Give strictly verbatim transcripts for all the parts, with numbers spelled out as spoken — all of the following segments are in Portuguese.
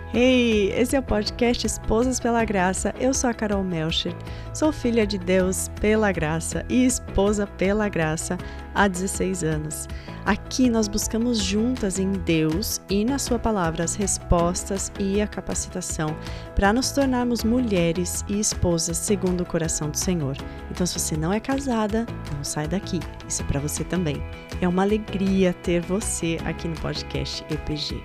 Hey, esse é o podcast Esposas pela Graça. Eu sou a Carol Melcher, sou filha de Deus pela graça e esposa pela graça há dezesseis anos. Aqui nós buscamos juntas em Deus e na sua palavra as respostas e a capacitação para nos tornarmos mulheres e esposas segundo o coração do Senhor. Então, se você não é casada, não sai daqui. Isso é para você também. É uma alegria ter você aqui no podcast E P G.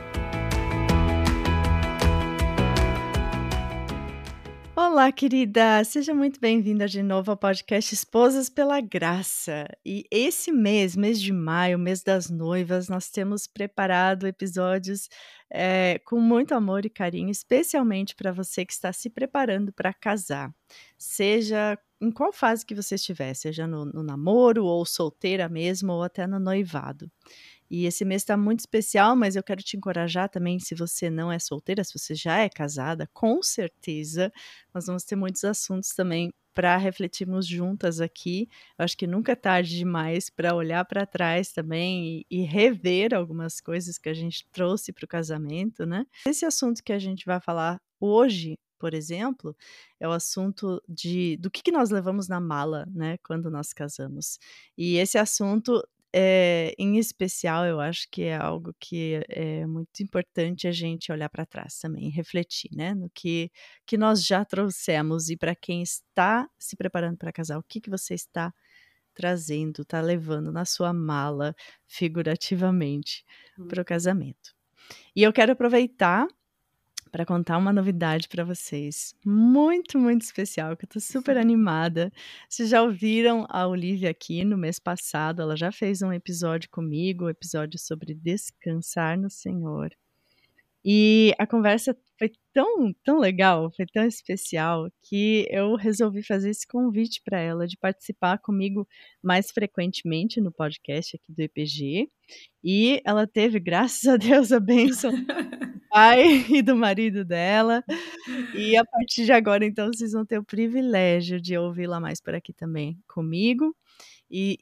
Olá, querida! Seja muito bem-vinda de novo ao podcast Esposas pela Graça. E esse mês, mês de maio, mês das noivas, nós temos preparado episódios é, com muito amor e carinho, especialmente para você que está se preparando para casar. Seja em qual fase que você estiver, seja no, no namoro, ou solteira mesmo, ou até no noivado. E esse mês está muito especial, mas eu quero te encorajar também, se você não é solteira, se você já é casada, com certeza nós vamos ter muitos assuntos também para refletirmos juntas aqui. Eu acho que nunca é tarde demais para olhar para trás também e, e rever algumas coisas que a gente trouxe para o casamento, né? Esse assunto que a gente vai falar hoje, por exemplo, é o assunto de do que, que nós levamos na mala, né, quando nós casamos. E esse assunto é, em especial, eu acho que é algo que é muito importante a gente olhar para trás também, refletir, né, no que, que nós já trouxemos e para quem está se preparando para casar, o que, que você está trazendo, está levando na sua mala, figurativamente, para o casamento. E eu quero aproveitar para contar uma novidade para vocês, muito, muito especial, que eu tô super animada. Vocês já ouviram a Olivia aqui no mês passado, ela já fez um episódio comigo, um episódio sobre descansar no Senhor. E a conversa foi tão, tão legal, foi tão especial, que eu resolvi fazer esse convite para ela de participar comigo mais frequentemente no podcast aqui do E P G. E ela teve, graças a Deus, a bênção do pai e do marido dela. E a partir de agora, então, vocês vão ter o privilégio de ouvi-la mais por aqui também comigo. E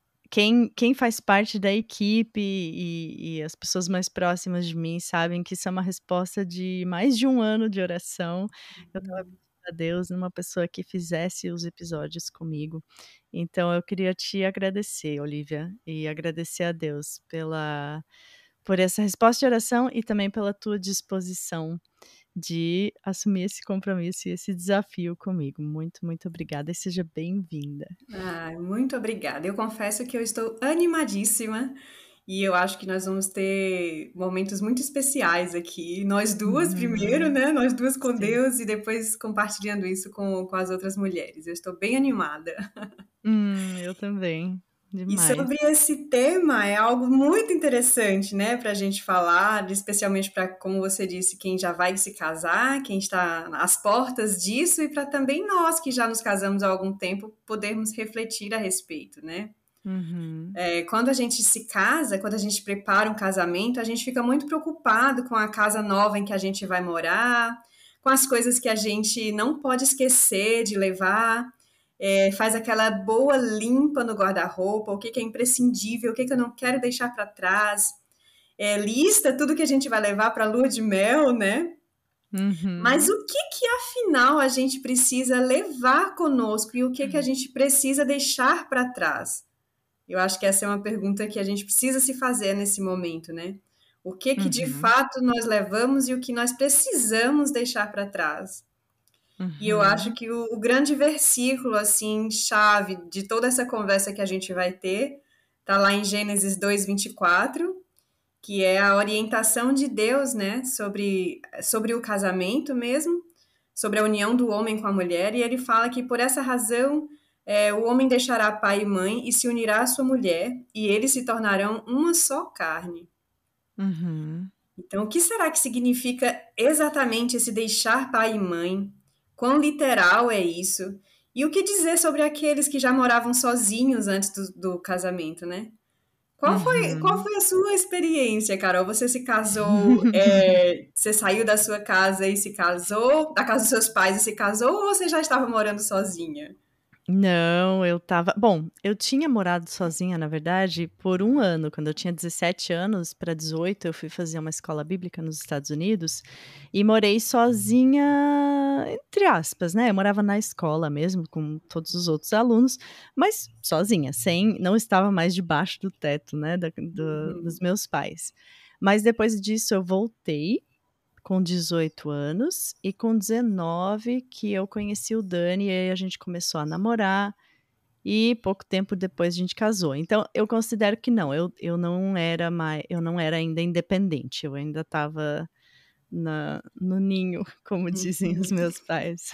quem, quem faz parte da equipe e, e as pessoas mais próximas de mim sabem que isso é uma resposta de mais de um ano de oração. Eu estava pedindo a Deus numa pessoa que fizesse os episódios comigo. Então, eu queria te agradecer, Olivia, e agradecer a Deus pela, por essa resposta de oração e também pela tua disposição de assumir esse compromisso e esse desafio comigo. Muito, muito obrigada e seja bem-vinda. Ah, muito obrigada. Eu confesso que eu estou animadíssima e eu acho que nós vamos ter momentos muito especiais aqui. Nós duas primeiro, Uhum. né? Nós duas com Sim. Deus e depois compartilhando isso com, com as outras mulheres. Eu estou bem animada. Hum, eu também. E Demais. sobre esse tema, é algo muito interessante, né, para a gente falar, especialmente para, como você disse, quem já vai se casar, quem está às portas disso, e para também nós que já nos casamos há algum tempo podermos refletir a respeito, né? Uhum. É, quando a gente se casa, quando a gente prepara um casamento, a gente fica muito preocupado com a casa nova em que a gente vai morar, com as coisas que a gente não pode esquecer de levar. É, faz aquela boa limpa no guarda-roupa, o que, que é imprescindível, o que, que eu não quero deixar para trás. É, lista tudo que a gente vai levar para a lua de mel, né? Uhum. Mas o que, que afinal a gente precisa levar conosco e o que, que a gente precisa deixar para trás? Eu acho que essa é uma pergunta que a gente precisa se fazer nesse momento, né? O que, que de Uhum. fato nós levamos e o que nós precisamos deixar para trás? Uhum. E eu acho que o, o grande versículo, assim, chave de toda essa conversa que a gente vai ter, tá lá em Gênesis dois, vinte e quatro, que é a orientação de Deus, né, sobre, sobre o casamento mesmo, sobre a união do homem com a mulher, e ele fala que por essa razão é, o homem deixará pai e mãe e se unirá à sua mulher, e eles se tornarão uma só carne. Uhum. Então, o que será que significa exatamente esse deixar pai e mãe? Quão literal é isso? E o que dizer sobre aqueles que já moravam sozinhos antes do, do casamento, né? Qual foi, Uhum. qual foi a sua experiência, Carol? Você se casou, é, você saiu da sua casa e se casou, da casa dos seus pais e se casou, ou você já estava morando sozinha? Não, eu estava bom, eu tinha morado sozinha, na verdade, por um ano. Quando eu tinha dezessete anos para dezoito, eu fui fazer uma escola bíblica nos Estados Unidos e morei sozinha, entre aspas, né, eu morava na escola mesmo, com todos os outros alunos, mas sozinha, sem não estava mais debaixo do teto, né, da do dos Uhum. meus pais. Mas depois disso eu voltei com dezoito anos e com dezenove que eu conheci o Dani e aí a gente começou a namorar e pouco tempo depois a gente casou. Então eu considero que não, eu eu não era mai eu não era ainda independente, eu ainda estava na no ninho, como dizem os Uhum. meus pais.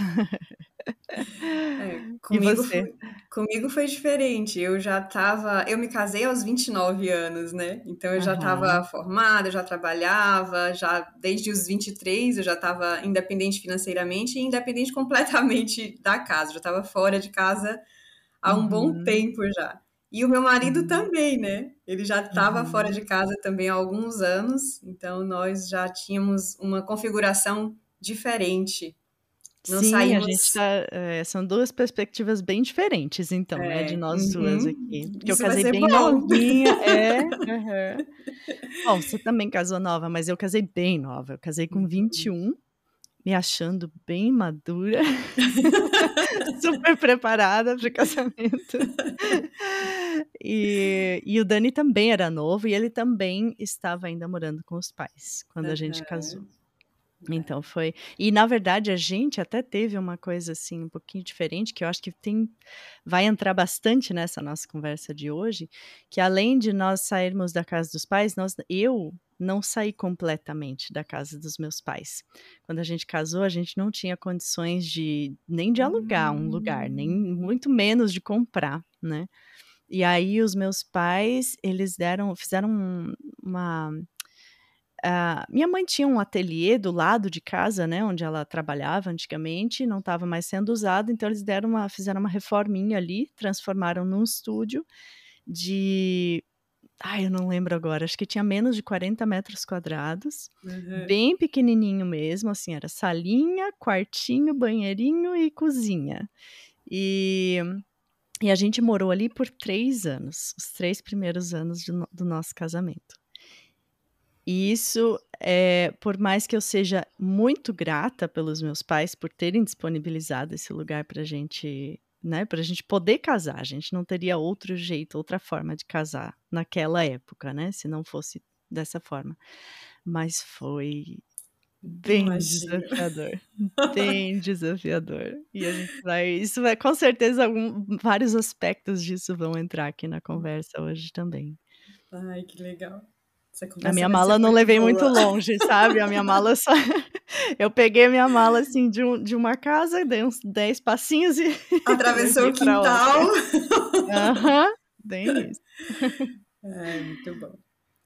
É, E comigo você? foi comigo foi diferente, eu já estava eu me casei aos vinte e nove anos, né, então eu já estava Aham. formada, eu já trabalhava, já desde os vinte e três eu já estava independente financeiramente e independente completamente da casa, já estava fora de casa há um bom Uhum. tempo já. E o meu marido Sim. também, né, ele já estava fora Uhum. de casa também há alguns anos, então nós já tínhamos uma configuração diferente. Não Sim, a gente saímos tá eh, são duas perspectivas bem diferentes então, né, de é, nós duas uhum. aqui, porque eu Isso vai casei ser bem bom. novinha é, aham. Bom, você também casou nova, mas eu casei bem nova, eu casei com vinte e Uhum. um, me achando bem madura, super preparada para o casamento. E e o Dani também era novo e ele também estava ainda morando com os pais, quando a gente casou. Aham. Então foi e na verdade a gente até teve uma coisa, assim, um pouquinho diferente, que eu acho que tem vai entrar bastante nessa nossa conversa de hoje, que além de nós sairmos da casa dos pais, nós eu não saí completamente da casa dos meus pais. Quando a gente casou, a gente não tinha condições de nem de alugar um lugar, nem Hum. muito menos de comprar, né. E aí os meus pais, eles deram fizeram um uma ah, minha mãe tinha um ateliê do lado de casa, né, onde ela trabalhava antigamente, não estava mais sendo usado, então eles deram uma fizeram uma reforminha ali, transformaram num estúdio de ai, eu não lembro agora, acho que tinha menos de quarenta metros quadrados, Aham. bem pequenininho mesmo, assim, era salinha, quartinho, banheirinho e cozinha. E e a gente morou ali por três anos, os três primeiros anos de no do nosso casamento. E isso, eh, por mais que eu seja muito grata pelos meus pais por terem disponibilizado esse lugar pra gente, né, pra gente poder casar, a gente não teria outro jeito, outra forma de casar naquela época, né, se não fosse dessa forma. Mas foi bem Imagino. desafiador, bem desafiador. E a gente vai isso vai com certeza algum vários aspectos disso vão entrar aqui na conversa hoje também. Ai, que legal. Essa A conversa minha vai ser mala eu não muito levei muito boa. longe, sabe, a minha mala só eu peguei a minha mala, assim, de um de uma casa, dei uns dez passinhos e Atravessou levei o pra outra. quintal. Aham, bem isso. Ai, muito bom.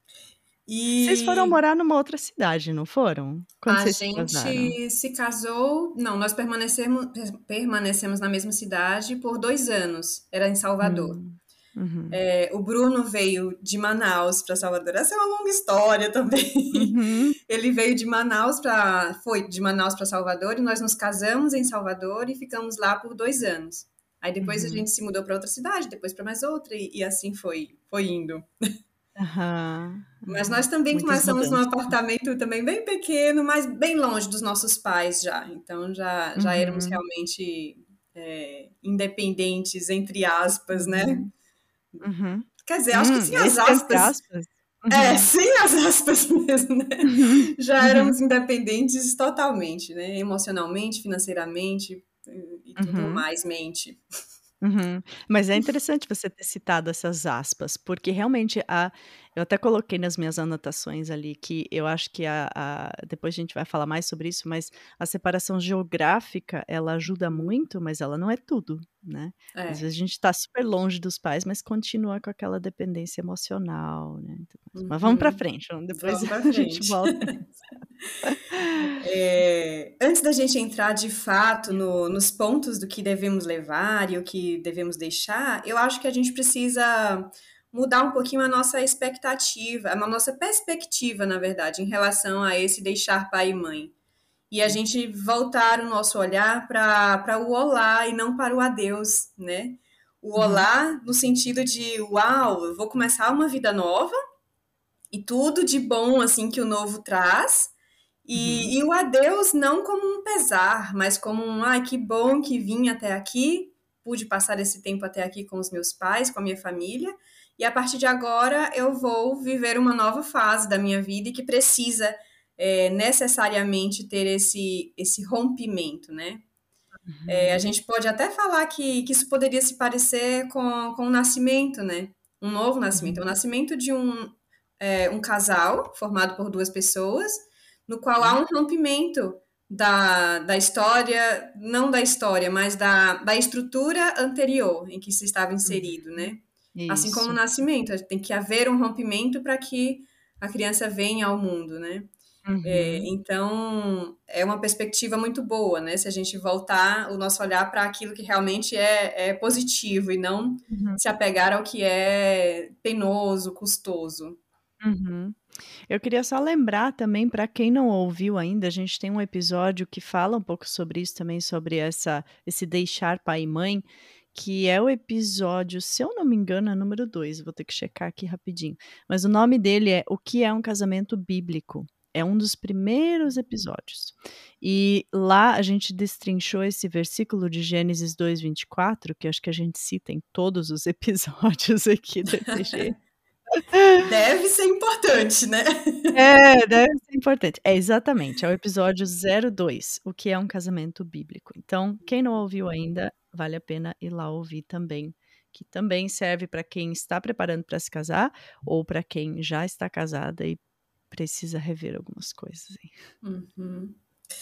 Vocês foram E morar numa outra cidade, não foram? Quando a vocês se casaram? gente se casou não, nós permanecemos permanecemos na mesma cidade por dois anos, era em Salvador. Hum, uhum. É, o Bruno veio de Manaus para Salvador. Essa é uma longa história também. Uhum, Ele veio de Manaus para. Foi de Manaus para Salvador e nós nos casamos em Salvador e ficamos lá por dois anos. Aí depois a uhum, gente se mudou para outra cidade, depois para mais outra, e, e assim foi, foi indo. aham, Mas aham. nós também Muitas começamos num mudanças. apartamento também bem pequeno, mas bem longe dos nossos pais já. Então já, já éramos Uhum, realmente é, independentes, entre aspas, né? uhum, uhum. Quer dizer, acho que Hum, sim as esse entre aspas. aspas. É, Uhum, sem as aspas mesmo, né? uhum, Já uhum, éramos independentes totalmente, né? Emocionalmente, financeiramente e tudo uhum. mais, mente. Uhum. Mas é interessante você ter citado essas aspas, porque realmente a eu até coloquei nas minhas anotações ali que eu acho que a a depois a gente vai falar mais sobre isso, mas a separação geográfica, ela ajuda muito, mas ela não é tudo, né. Às É. vezes a gente está super longe dos pais, mas continua com aquela dependência emocional, né, e tudo mais. Mas vamos pra Uhum. frente, vamos depois Vamos para a gente frente. volta. É, antes da gente entrar de fato no, nos pontos do que devemos levar e o que devemos deixar, eu acho que a gente precisa mudar um pouquinho a nossa expectativa, a nossa perspectiva, na verdade, em relação a esse deixar pai e mãe. e a gente voltar o nosso olhar para o olá e não para o adeus, né? O Uhum. olá no sentido de, uau, eu vou começar uma vida nova e tudo de bom assim que o novo traz. Uhum. E, e o adeus não como um pesar, mas como um, ai, que bom que vim até aqui, pude passar esse tempo até aqui com os meus pais, com a minha família, e a partir de agora eu vou viver uma nova fase da minha vida e que precisa é, necessariamente ter esse, esse rompimento, né? É, a Uhum. gente pode até falar que, que isso poderia se parecer com, com o nascimento, né? Um novo nascimento. É o Uhum. nascimento de um, é, um casal formado por duas pessoas, no qual há Uhum. um rompimento da, da história, não da história, mas da, da estrutura anterior em que se estava inserido, Uhum. né? Assim como o Isso. nascimento, tem que haver um rompimento para que a criança venha ao mundo, né? É, Uhum. então, é uma perspectiva muito boa, né? Se a gente voltar o nosso olhar para aquilo que realmente é, é positivo e não Uhum. se apegar ao que é penoso, custoso. Uhum. Eu queria só lembrar também, para quem não ouviu ainda, a gente tem um episódio que fala um pouco sobre isso também, sobre essa esse deixar pai e mãe, que é o episódio, se eu não me engano, é número dois. Vou ter que checar aqui rapidinho. Mas o nome dele é O que é um casamento bíblico. É um dos primeiros episódios. E lá a gente destrinchou esse versículo de Gênesis dois, vinte e quatro, que acho que a gente cita em todos os episódios aqui do E P G. Deve ser importante, né? É, deve ser importante. É, exatamente, é o episódio zero dois, o que é um casamento bíblico. Então, quem não ouviu ainda, vale a pena ir lá ouvir também, que também serve para quem está preparando para se casar ou para quem já está casada e precisa rever algumas coisas aí. Uhum.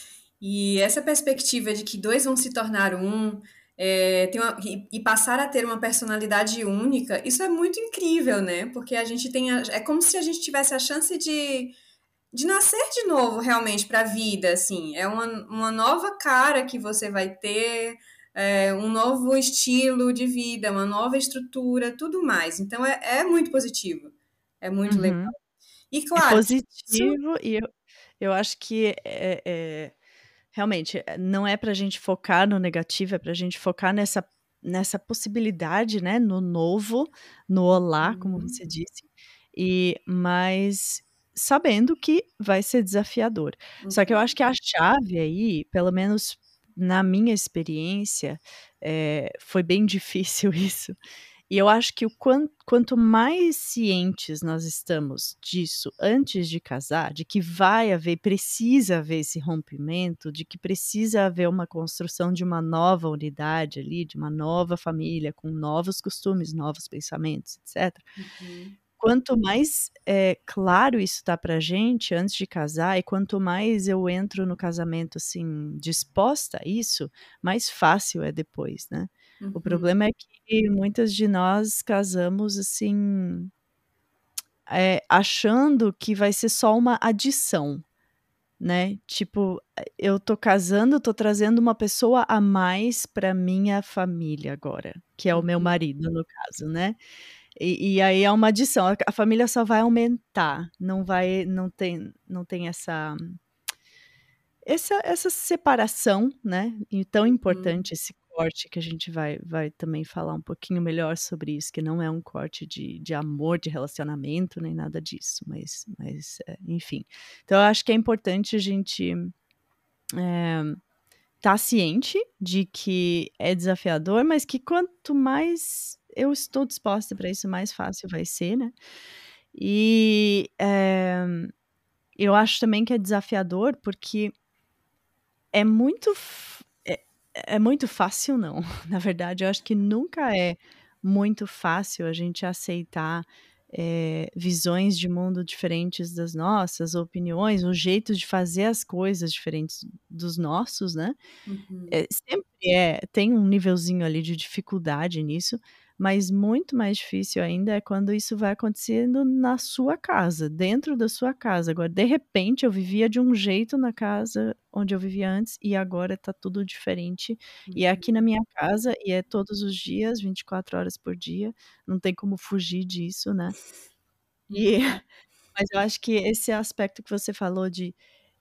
E essa perspectiva de que dois vão se tornar um, é, tem uma- e, e passar a ter uma personalidade única, isso é muito incrível, né? Porque a gente tem. A- é como se a gente tivesse a chance de, de nascer de novo, realmente, para a vida, assim. É uma, uma nova cara que você vai ter, é, um novo estilo de vida, uma nova estrutura, tudo mais. Então, é, é muito positivo. É muito legal. Uhum. E, É claro, que isso. positivo e eu eu acho que, é é realmente, eh, não é pra gente focar no negativo, é pra gente focar nessa nessa possibilidade, né, no novo, no olá, como Uhum, você disse, e mas sabendo que vai ser desafiador. Só que eu acho uhum, que a chave aí, pelo menos na minha experiência, eh, foi bem difícil isso, e eu acho que o quan quanto mais cientes nós estamos disso antes de casar, de que vai haver, precisa haver esse rompimento, de que precisa haver uma construção de uma nova unidade ali, de uma nova família com novos costumes, novos pensamentos, etcétera. uhum, Quanto mais, eh, claro isso tá pra gente antes de casar e quanto mais eu entro no casamento, assim, disposta a isso, mais fácil é depois, né. O uhum. problema é que muitas de nós casamos, assim, eh, achando que vai ser só uma adição, né, tipo, eh, eu tô casando, tô trazendo uma pessoa a mais pra minha família agora, que é o meu Uhum, marido no caso, né. E e aí é uma adição, a a família só vai aumentar, não vai não tem não tem essa essa essa separação, né, e tão uhum, importante esse corte que a gente vai vai também falar um pouquinho melhor sobre isso, que não é um corte de de amor, de relacionamento, nem nada disso, mas mas, eh, enfim. Então eu acho que é importante a gente, eh, estar ciente de que é desafiador, mas que quanto mais eu estou disposta para isso, mais fácil vai ser, né. E, eh, eu acho também que é desafiador, porque é muito f é é muito fácil não, na verdade eu acho que nunca é muito fácil a gente aceitar, eh, visões de mundo diferentes das nossas, opiniões, o jeito de fazer as coisas diferentes dos nossos, né. uhum, É, sempre é, tem um nívelzinho ali de dificuldade nisso, mas muito mais difícil ainda é quando isso vai acontecendo na sua casa, dentro da sua casa. Agora, de repente, eu vivia de um jeito na casa onde eu vivia antes e agora tá tudo diferente. E é aqui na uhum, minha casa e é todos os dias, vinte e quatro horas por dia, não tem como fugir disso, né. E uhum, mas eu acho que esse aspecto que você falou de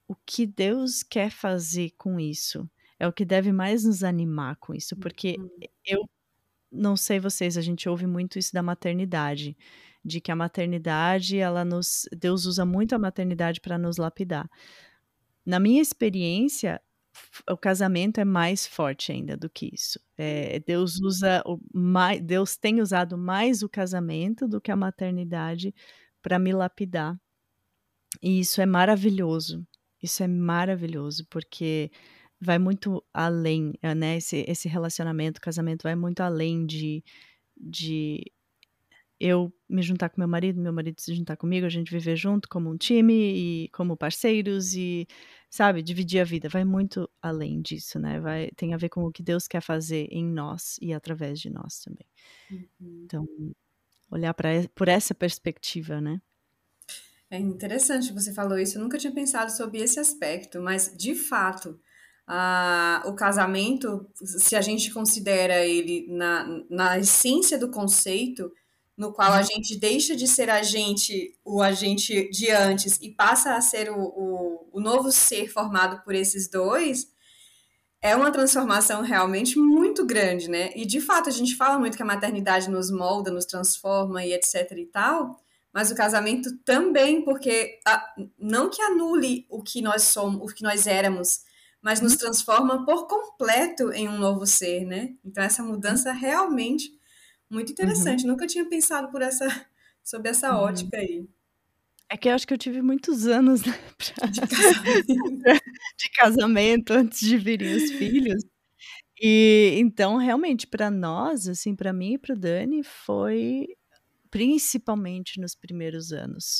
o que Deus quer fazer com isso. É o que deve mais nos animar com isso, porque Uhum. eu não sei vocês, a gente ouve muito isso da maternidade, de que a maternidade ela nos Deus usa muito a maternidade para nos lapidar. Na minha experiência, f o casamento é mais forte ainda do que isso. Eh, Deus usa o mai Deus tem usado mais o casamento do que a maternidade para me lapidar. E isso é maravilhoso, isso é maravilhoso, porque vai muito além, eh, né, esse esse relacionamento, casamento vai muito além de de eu me juntar com meu marido, meu marido se juntar comigo, a gente viver junto como um time e como parceiros e, sabe, dividir a vida, vai muito além disso, né, vai tem a ver com o que Deus quer fazer em nós e através de nós também. Uhum. Então, olhar pra e por essa perspectiva, né. É interessante que você falou isso, eu nunca tinha pensado sobre esse aspecto, mas de fato, ah, o casamento, se a gente considera ele na, na essência do conceito, no qual a Uhum, gente deixa de ser a gente, o agente de antes, e passa a ser o, o, o novo ser formado por esses dois, é uma transformação realmente muito grande, né? E de fato a gente fala muito que a maternidade nos molda, nos transforma e etc e tal, mas o casamento também, porque a- não que anule o que nós somos, o que nós éramos, mas nos uhum, transforma por completo em um novo ser, né? Então essa uhum, mudança é realmente muito uhum, interessante. Nunca tinha pensado por essa sob essa uhum. ótica aí É que eu acho que eu tive muitos anos, né, de pra casamento. de casamento antes de virem os filhos. E então realmente para nós, assim, para mim e para o Dani foi principalmente nos primeiros anos.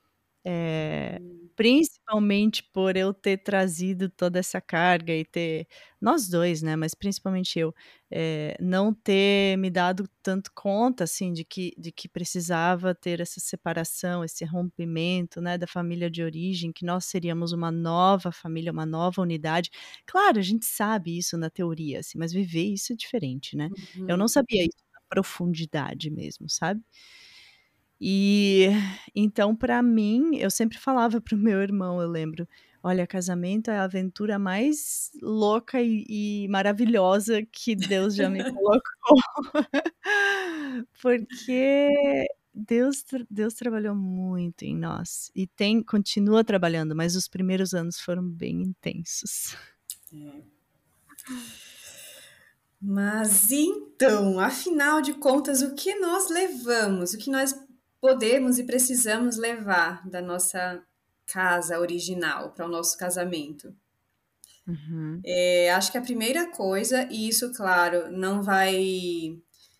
Eh, Principalmente por eu ter trazido toda essa carga e ter nós dois, né, mas principalmente eu, eh, não ter me dado tanto conta, assim, de que de que precisava ter essa separação, esse rompimento, né, da família de origem, que nós seríamos uma nova família, uma nova unidade. Claro, a gente sabe isso na teoria, assim, mas viver isso é diferente, né. Eu não Uhum. sabia isso na profundidade mesmo, sabe. E, então para mim, eu sempre falava para o meu irmão, eu lembro: "Olha, casamento é a aventura mais louca e e maravilhosa que Deus já me colocou". Porque Deus tra Deus trabalhou muito em nós e tem continua trabalhando, mas os primeiros anos foram bem intensos. Mas então, afinal de contas, o que nós levamos, o que nós podemos e precisamos levar da nossa casa original para o nosso casamento? Uhum, É, acho que a primeira coisa, e isso, claro, não vai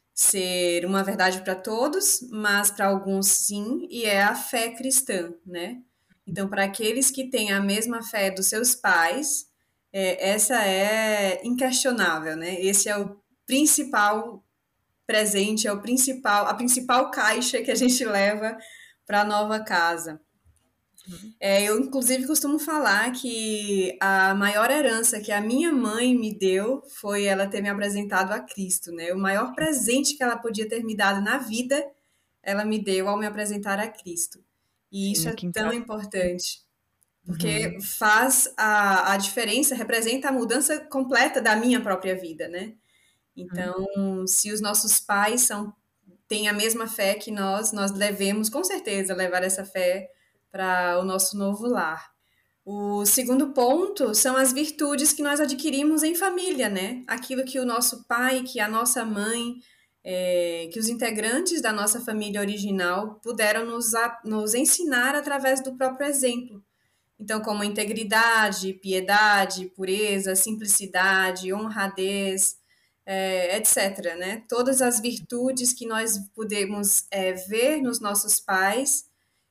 ser uma verdade para todos, mas para alguns sim, e é a fé cristã, né? Então, para aqueles que têm a mesma fé dos seus pais, é, essa é inquestionável, né? Esse é o principal presente, é o principal, a principal caixa que a gente leva para a nova casa. uhum, É, eu, inclusive, costumo falar que a maior herança que a minha mãe me deu foi ela ter me apresentado a Cristo, né? O maior presente que ela podia ter me dado na vida, ela me deu ao me apresentar a Cristo. E isso sim, é aqui em tão casa importante, uhum, porque faz a, a diferença, representa a mudança completa da minha própria vida, né? uhum, Então, se os nossos pais são têm a mesma fé que nós, nós devemos com certeza levar essa fé para o nosso novo lar. O segundo ponto são as virtudes que nós adquirimos em família, né? Aquilo que o nosso pai, que a nossa mãe, é, que os integrantes da nossa família original puderam nos, a, nos ensinar através do próprio exemplo. Então, como integridade, piedade, pureza, simplicidade, honradez, é, etc. Né? Todas as virtudes que nós podemos é, ver nos nossos pais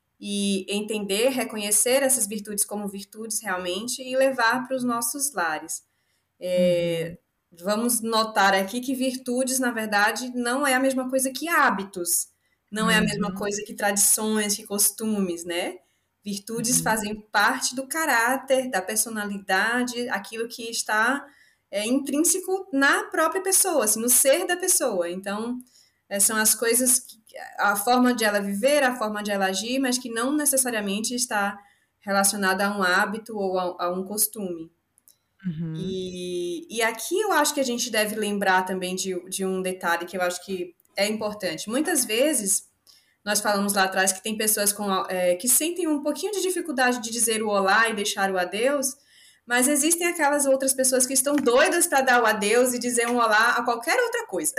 e entender, reconhecer essas virtudes como virtudes realmente e levar para os nossos lares. uhum, Vamos notar aqui que virtudes, na verdade, não é a mesma coisa que hábitos, não é a mesma uhum, coisa que tradições, que costumes, né? Virtudes uhum, fazem parte do caráter, da personalidade, aquilo que está é, intrínseco na própria pessoa, assim, no ser da pessoa. Então, é, são as coisas, que, a forma de ela viver, a forma de ela agir, mas que não necessariamente está relacionada a um hábito ou a, a um costume. Uhum. E, e aqui eu acho que a gente deve lembrar também de, de um detalhe que eu acho que é importante. Muitas vezes, nós falamos lá atrás que tem pessoas com, é, que sentem um pouquinho de dificuldade de dizer o olá e deixar o adeus, mas existem aquelas outras pessoas que estão doidas para dar o adeus e dizer um olá a qualquer outra coisa.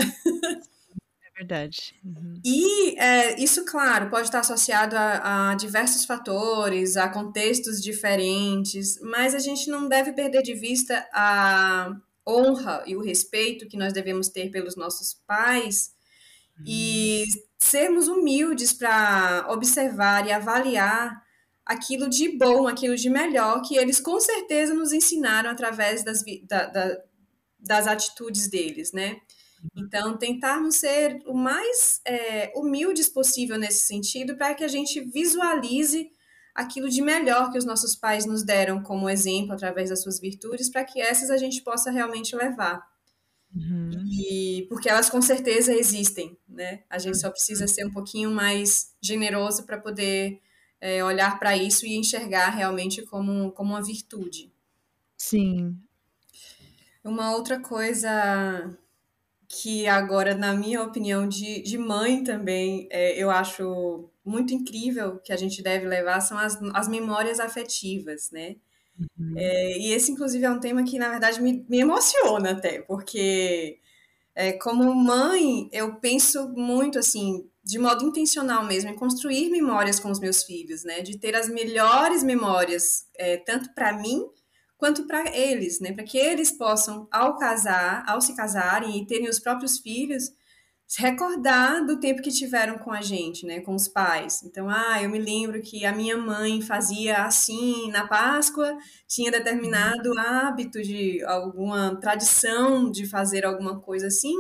É verdade. Uhum. E é, isso, claro, pode estar associado a, a diversos fatores, a contextos diferentes, mas a gente não deve perder de vista a honra e o respeito que nós devemos ter pelos nossos pais Uhum. e sermos humildes para observar e avaliar aquilo de bom, aquilo de melhor que eles com certeza nos ensinaram através das, da, da, das atitudes deles, né? Então, tentarmos ser o mais é, humildes possível nesse sentido, para que a gente visualize aquilo de melhor que os nossos pais nos deram como exemplo através das suas virtudes, para que essas a gente possa realmente levar. Uhum. E porque elas com certeza existem, né? A gente só precisa ser um pouquinho mais generoso para poder é, olhar para isso e enxergar realmente como, como uma virtude. Sim. Uma outra coisa que agora, na minha opinião, de, de mãe também, é, eu acho muito incrível que a gente deve levar são as, as memórias afetivas, né? Uhum. É, e esse, inclusive, é um tema que, na verdade, me, me emociona até, porque é, como mãe, eu penso muito, assim, de modo intencional mesmo, em construir memórias com os meus filhos, né? De ter as melhores memórias, é, tanto para mim quanto para eles, né? Para que eles possam, ao casar, ao se casarem e terem os próprios filhos, se recordar do tempo que tiveram com a gente, né? Com os pais. Então, ah, eu me lembro que a minha mãe fazia assim na Páscoa, tinha Uhum. determinado hábito de alguma tradição de fazer alguma coisa assim.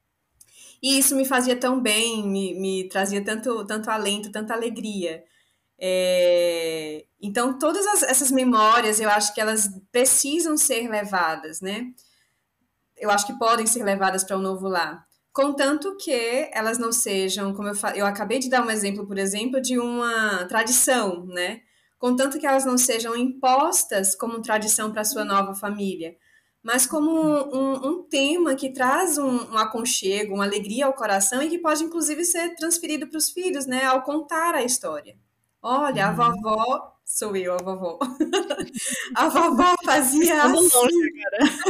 E isso me fazia tão bem, me, me trazia tanto, tanto alento, tanta alegria. É, então, todas as, essas memórias, eu acho que elas precisam ser levadas, né? Eu acho que podem ser levadas para o novo lar. Contanto que elas não sejam, como eu, eu acabei de dar um exemplo, por exemplo, de uma tradição, né? Contanto que elas não sejam impostas como tradição para a sua nova família, mas como um, um, um tema que traz um, um aconchego, uma alegria ao coração e que pode, inclusive, ser transferido para os filhos, né? Ao contar a história. Olha, a Uhum. vovó, sou eu, a vovó. A vovó fazia Estamos longe assim. agora.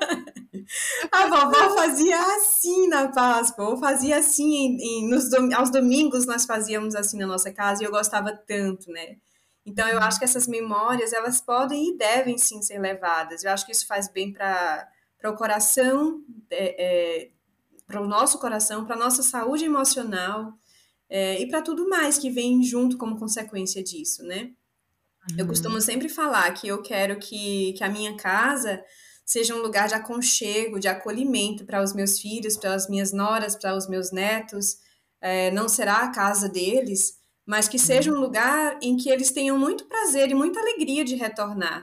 A vovó fazia assim na Páscoa, ou fazia assim em, em- nos dom- aos domingos nós fazíamos assim na nossa casa e eu gostava tanto, né? Então eu acho Uhum. que essas memórias elas podem e devem sim ser levadas. Eu acho que isso faz bem para para o coração, é, é, para o nosso coração, para a nossa saúde emocional é, e para tudo mais que vem junto como consequência disso, né? Eu costumo Uhum. sempre falar que eu quero que, que a minha casa seja um lugar de aconchego, de acolhimento para os meus filhos, para as minhas noras, para os meus netos. É, não será a casa deles, mas que seja Uhum. um lugar em que eles tenham muito prazer e muita alegria de retornar.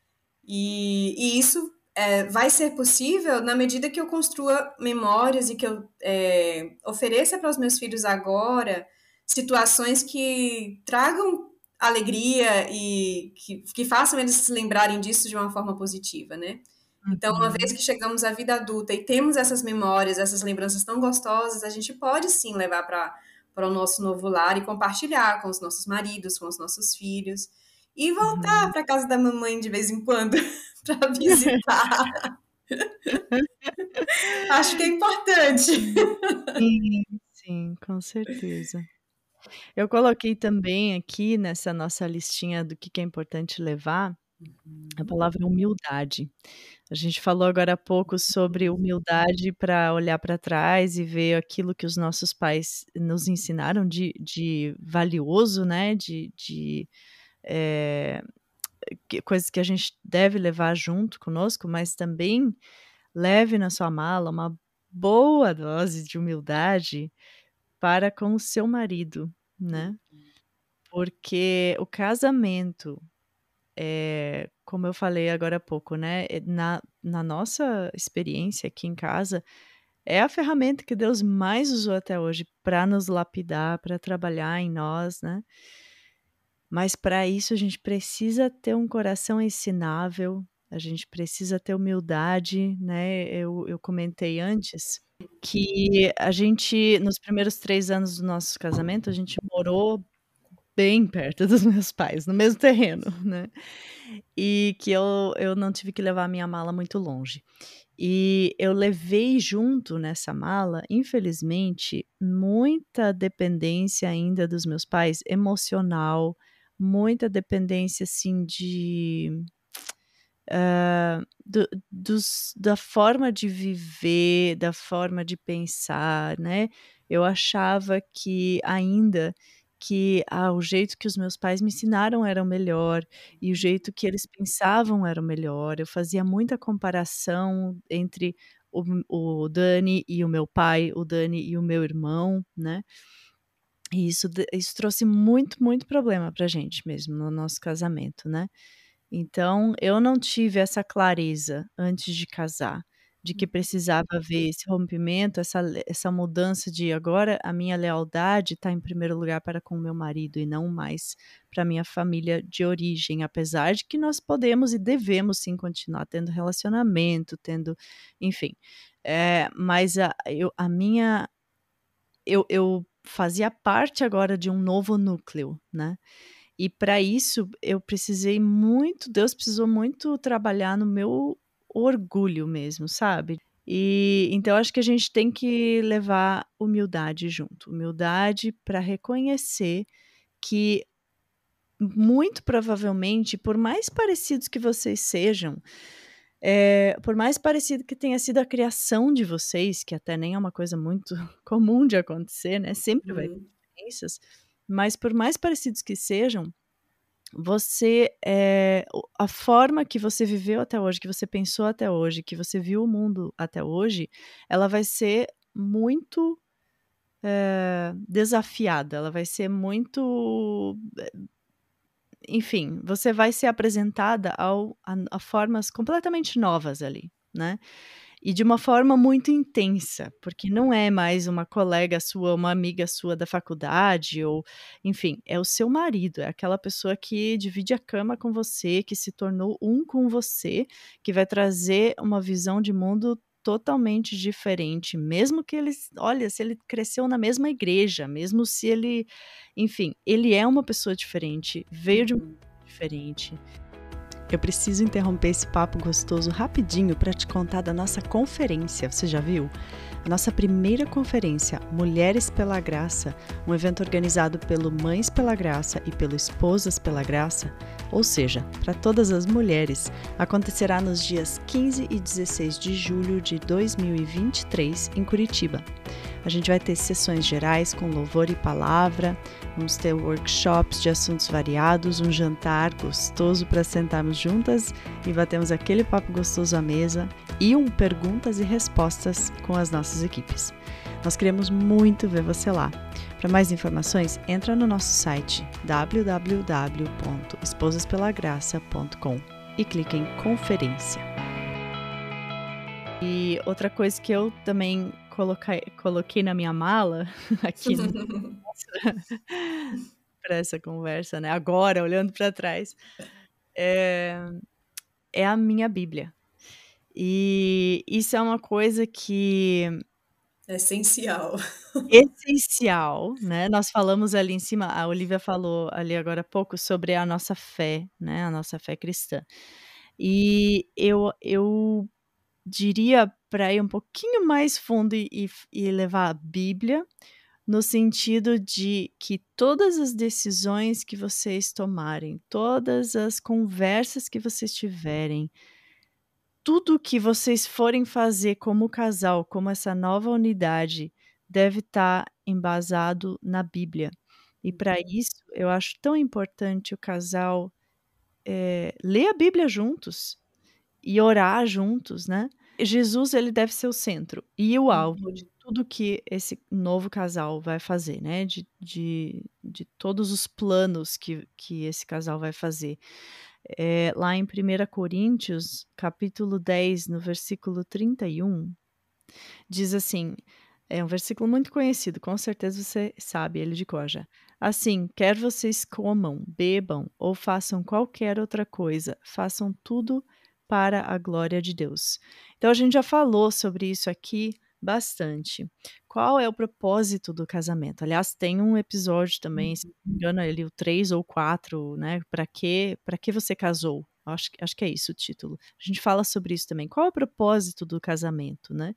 E, e isso é, vai ser possível na medida que eu construa memórias e que eu é, ofereça para os meus filhos agora situações que tragam alegria e que, que façam eles se lembrarem disso de uma forma positiva, né? Então, uma vez Uhum. que chegamos à vida adulta e temos essas memórias, essas lembranças tão gostosas, a gente pode sim levar para para o nosso novo lar e compartilhar com os nossos maridos, com os nossos filhos. E voltar Uhum. para casa da mamãe de vez em quando para visitar. Acho que é importante. Sim, sim, com certeza. Eu coloquei também aqui nessa nossa listinha do que que é importante levar, a palavra humildade. A gente falou agora há pouco sobre humildade para olhar para trás e ver aquilo que os nossos pais nos ensinaram de de valioso, né, de de, eh, que coisas que a gente deve levar junto conosco, mas também leve na sua mala uma boa dose de humildade para com o seu marido, né, porque o casamento, eh, como eu falei agora há pouco, né, eh, na na nossa experiência aqui em casa, é a ferramenta que Deus mais usou até hoje para nos lapidar, para trabalhar em nós, né. Mas para isso a gente precisa ter um coração ensinável, a gente precisa ter humildade, né. Eu eu comentei antes que a gente nos primeiros três anos do nosso casamento, a gente morou bem perto dos meus pais, no mesmo terreno, né. E que eu eu não tive que levar a minha mala muito longe. E eu levei junto nessa mala, infelizmente, muita dependência ainda dos meus pais, emocional, muita dependência, assim, de hã, do dos da forma de viver, da forma de pensar, né. Eu achava que ainda que, ah, o jeito que os meus pais me ensinaram era o melhor, e o jeito que eles pensavam era o melhor. Eu fazia muita comparação entre o o Dani e o meu pai, o Dani e o meu irmão, né. E isso d isso trouxe muito, muito problema pra gente mesmo no nosso casamento, né. Então, eu não tive essa clareza antes de casar, de que precisava haver esse rompimento, essa le essa mudança de agora a minha lealdade está em primeiro lugar para com o meu marido e não mais para minha família de origem, apesar de que nós podemos e devemos sim continuar tendo relacionamento, tendo enfim. Eh, mas a eu a minha eu eu fazia parte agora de um novo núcleo, né. E para isso eu precisei muito Deus precisou muito trabalhar no meu orgulho mesmo, sabe. E então acho que a gente tem que levar humildade junto, humildade para reconhecer que muito provavelmente, por mais parecidos que vocês sejam, eh, por mais parecido que tenha sido a criação de vocês, que até nem é uma coisa muito comum de acontecer, né, sempre vai ter Uhum. diferenças, mas por mais parecidos que sejam, você, eh, o a forma que você viveu até hoje, que você pensou até hoje, que você viu o mundo até hoje, ela vai ser muito, eh, desafiada, ela vai ser muito, eh, enfim, você vai ser apresentada ao a a formas completamente novas ali, né. E de uma forma muito intensa, porque não é mais uma colega sua, uma amiga sua da faculdade ou, enfim, é o seu marido, é aquela pessoa que divide a cama com você, que se tornou um com você, que vai trazer uma visão de mundo totalmente diferente, mesmo que eles olha, se ele cresceu na mesma igreja, mesmo se ele enfim, ele é uma pessoa diferente, veio de um Uhum. diferente. Eu preciso interromper esse papo gostoso rapidinho para te contar da nossa conferência, você já viu? A nossa primeira conferência, Mulheres pela Graça, um evento organizado pelo Mães pela Graça e pelo Esposas pela Graça, ou seja, para todas as mulheres, acontecerá nos dias quinze e dezesseis de julho de dois mil e vinte e três, em Curitiba. A gente vai ter sessões gerais com louvor e palavra, vamos ter workshops de assuntos variados, um jantar gostoso para sentarmos juntas e batemos aquele papo gostoso à mesa e um perguntas e respostas com as nossas equipes. Nós queremos muito ver você lá. Para mais informações, entra no nosso site w w w ponto esposas pela graça ponto com e clique em conferência. E outra coisa que eu também coloquei coloquei na minha mala, aqui para essa conversa, né, agora olhando para trás, é é a minha Bíblia. E isso é uma coisa que É essencial. essencial, né, nós falamos ali em cima, a Olivia falou ali agora há pouco sobre a nossa fé, né, a nossa fé cristã. E eu eu diria para ir um pouquinho mais fundo e e f e levar a Bíblia, no sentido de que todas as decisões que vocês tomarem, todas as conversas que vocês tiverem, tudo que vocês forem fazer como casal, como essa nova unidade, deve estar embasado na Bíblia. E para isso, eu acho tão importante o casal, eh, ler a Bíblia juntos e orar juntos, né. Jesus, ele deve ser o centro e o alvo de Uhum. tudo que esse novo casal vai fazer, né, de de de todos os planos que que esse casal vai fazer. Eh, lá em primeira Coríntios, capítulo dez, no versículo trinta e um, diz assim: É um versículo muito conhecido, com certeza você sabe ele de cor já. Assim, quer vocês comam, bebam ou façam qualquer outra coisa, façam tudo para a glória de Deus. Então a gente já falou sobre isso aqui bastante. Qual é o propósito do casamento? Aliás, tem um episódio também, se Uhum. não me engano, ele o três ou quatro, né? Para que, para que você casou? Acho, que- acho que é isso o título. A gente fala sobre isso também. Qual é o propósito do casamento, né?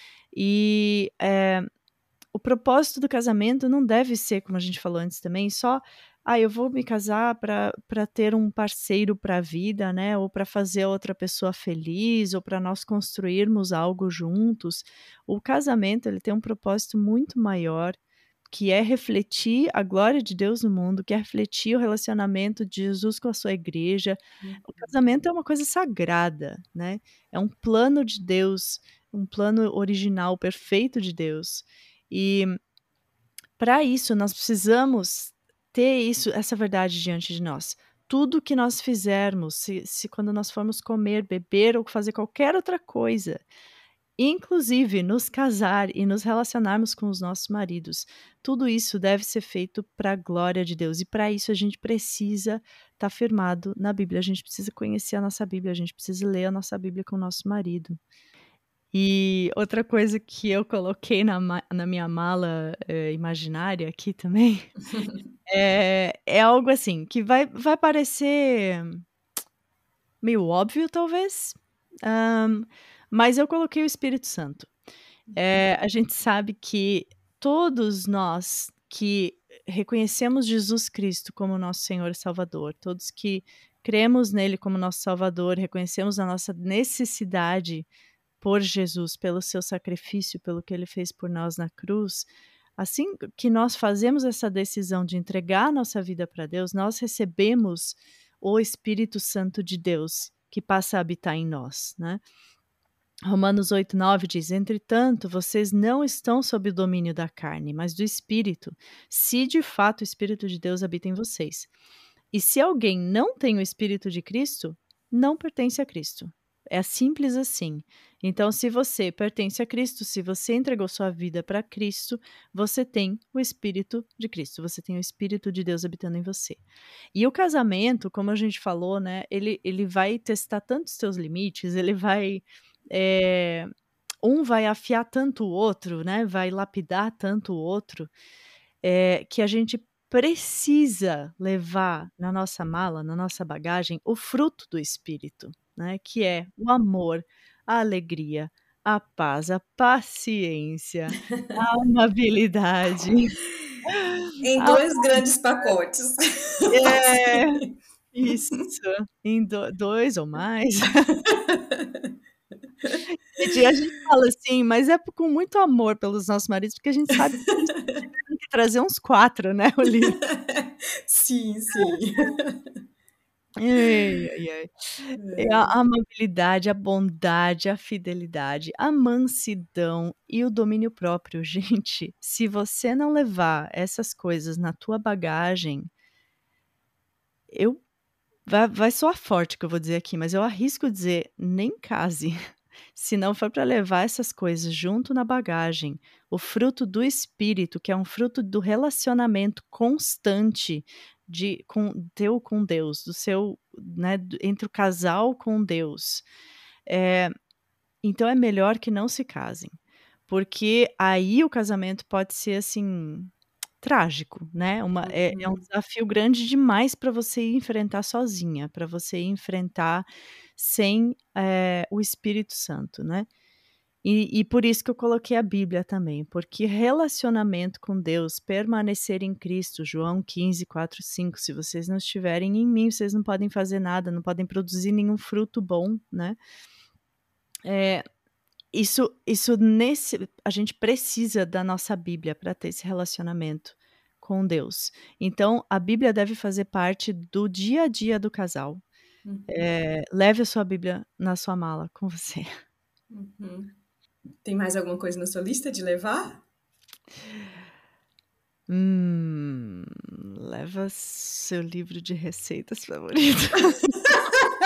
E eh, o propósito do casamento não deve ser, como a gente falou antes também, só: "Ah, eu vou me casar para para ter um parceiro para a vida, né, ou para fazer a outra pessoa feliz, ou para nós construirmos algo juntos". O casamento, ele tem um propósito muito maior, que é refletir a glória de Deus no mundo, que é refletir o relacionamento de Jesus com a sua igreja. O casamento é uma coisa sagrada, né, é um plano de Deus, um plano original, perfeito de Deus. E para isso nós precisamos ter isso essa verdade diante de nós. Tudo que nós fizermos, se se quando nós formos comer, beber ou fazer qualquer outra coisa, inclusive nos casar e nos relacionarmos com os nossos maridos, tudo isso deve ser feito para a glória de Deus e para isso a gente precisa estar firmado na Bíblia, a gente precisa conhecer a nossa Bíblia, a gente precisa ler a nossa Bíblia com o nosso marido. E outra coisa que eu coloquei na ma na minha mala, eh, imaginária aqui também, é é algo assim, que vai vai parecer meio óbvio talvez, hã, mas eu coloquei o Espírito Santo. Eh, a gente sabe que todos nós que reconhecemos Jesus Cristo como nosso Senhor e Salvador, todos que cremos nele como nosso Salvador, reconhecemos a nossa necessidade por Jesus, pelo seu sacrifício, pelo que ele fez por nós na cruz, assim que nós fazemos essa decisão de entregar a nossa vida para Deus, nós recebemos o Espírito Santo de Deus, que passa a habitar em nós, né. Romanos oito, nove diz: "Entretanto, vocês não estão sob o domínio da carne, mas do Espírito, se de fato o Espírito de Deus habita em vocês. E se alguém não tem o Espírito de Cristo, não pertence a Cristo". É simples assim. Então, se você pertence a Cristo, se você entregou sua vida para Cristo, você tem o Espírito de Cristo, você tem o Espírito de Deus habitando em você. E o casamento, como a gente falou, né, ele ele vai testar tanto os teus limites, ele vai, eh, um vai afiar tanto o outro, né, vai lapidar tanto o outro, eh, que a gente precisa levar na nossa mala, na nossa bagagem, o fruto do Espírito, né, que é o amor, a alegria, a paz, a paciência, a amabilidade, Em a dois grandes pacotes. é, Assim. isso, em do dois ou mais. Gente, a gente fala assim, mas é com muito amor pelos nossos maridos, porque a gente sabe que eles tiveram que trazer uns quatro, né, Oli. Sim, sim. Ai, ai, ai. É a amabilidade, a bondade, a fidelidade, a mansidão e o domínio próprio. Gente, se você não levar essas coisas na tua bagagem, eu vai vai soar forte o que eu vou dizer aqui, mas eu arrisco dizer: nem case. Se não for para levar essas coisas junto na bagagem, o fruto do espírito, que é um fruto do relacionamento constante de com teu com Deus, do seu, né, do entre o casal com Deus, eh, então é melhor que não se casem, porque aí o casamento pode ser, assim, trágico, né, uma é é um Uhum. desafio grande demais para você enfrentar sozinha, para você enfrentar sem, eh, o Espírito Santo, né. E e por isso que eu coloquei a Bíblia também, porque relacionamento com Deus, permanecer em Cristo, João quinze, quatro, cinco, "Se vocês não estiverem em mim, vocês não podem fazer nada, não podem produzir nenhum fruto bom", né. Eh, isso isso nesse a gente precisa da nossa Bíblia para ter esse relacionamento com Deus. Então a Bíblia deve fazer parte do dia a dia do casal. Uhum. Eh, leve a sua Bíblia na sua mala com você. Uhum. Tem mais alguma coisa na sua lista de levar? Hum, leva seu livro de receitas favorito.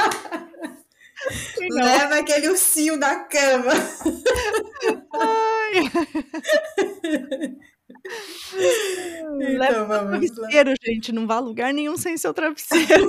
Não. Leva aquele ursinho da cama. Ai, Leva Então seu vamos lá. travesseiro, gente, não vá a lugar nenhum sem seu travesseiro.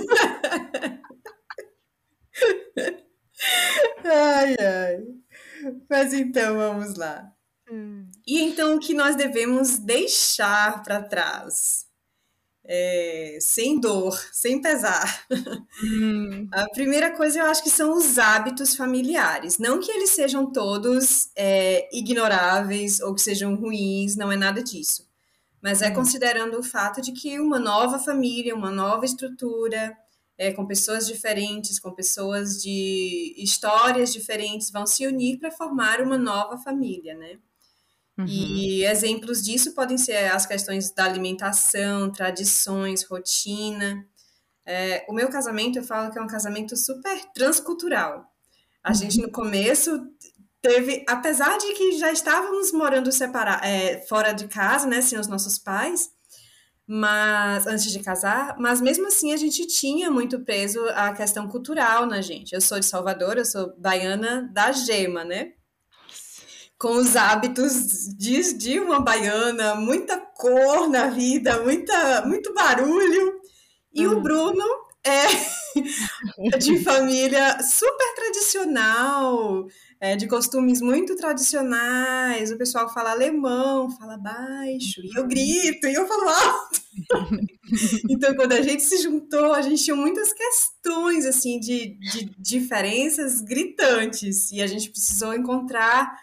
Ai, ai. Mas então vamos lá. Hum. E então o que nós devemos deixar para trás? É, sem dor, sem pesar. Hum. A primeira coisa eu acho que são os hábitos familiares. Não que eles sejam todos é, ignoráveis ou que sejam ruins, não é nada disso. Mas é Uhum. considerando o fato de que uma nova família, uma nova estrutura, é, com pessoas diferentes, com pessoas de histórias diferentes, vão se unir para formar uma nova família, né? Uhum. E exemplos disso podem ser as questões da alimentação, tradições, rotina. É, o meu casamento, eu falo que é um casamento super transcultural. A gente, Uhum. no começo, teve, apesar de que já estávamos morando separa, é, fora de casa, né, sem os nossos pais, mas antes de casar, mas mesmo assim a gente tinha muito preso a questão cultural na gente. Eu sou de Salvador, eu sou baiana da gema, né? Nossa. Com os hábitos de, de uma baiana, muita cor na vida, muita, muito barulho. E o Hum. Bruno é de família super tradicional, é, de costumes muito tradicionais. O pessoal fala alemão, fala baixo, e eu grito, e eu falo alto. Então, quando a gente se juntou, a gente tinha muitas questões, assim, de, de diferenças gritantes. E a gente precisou encontrar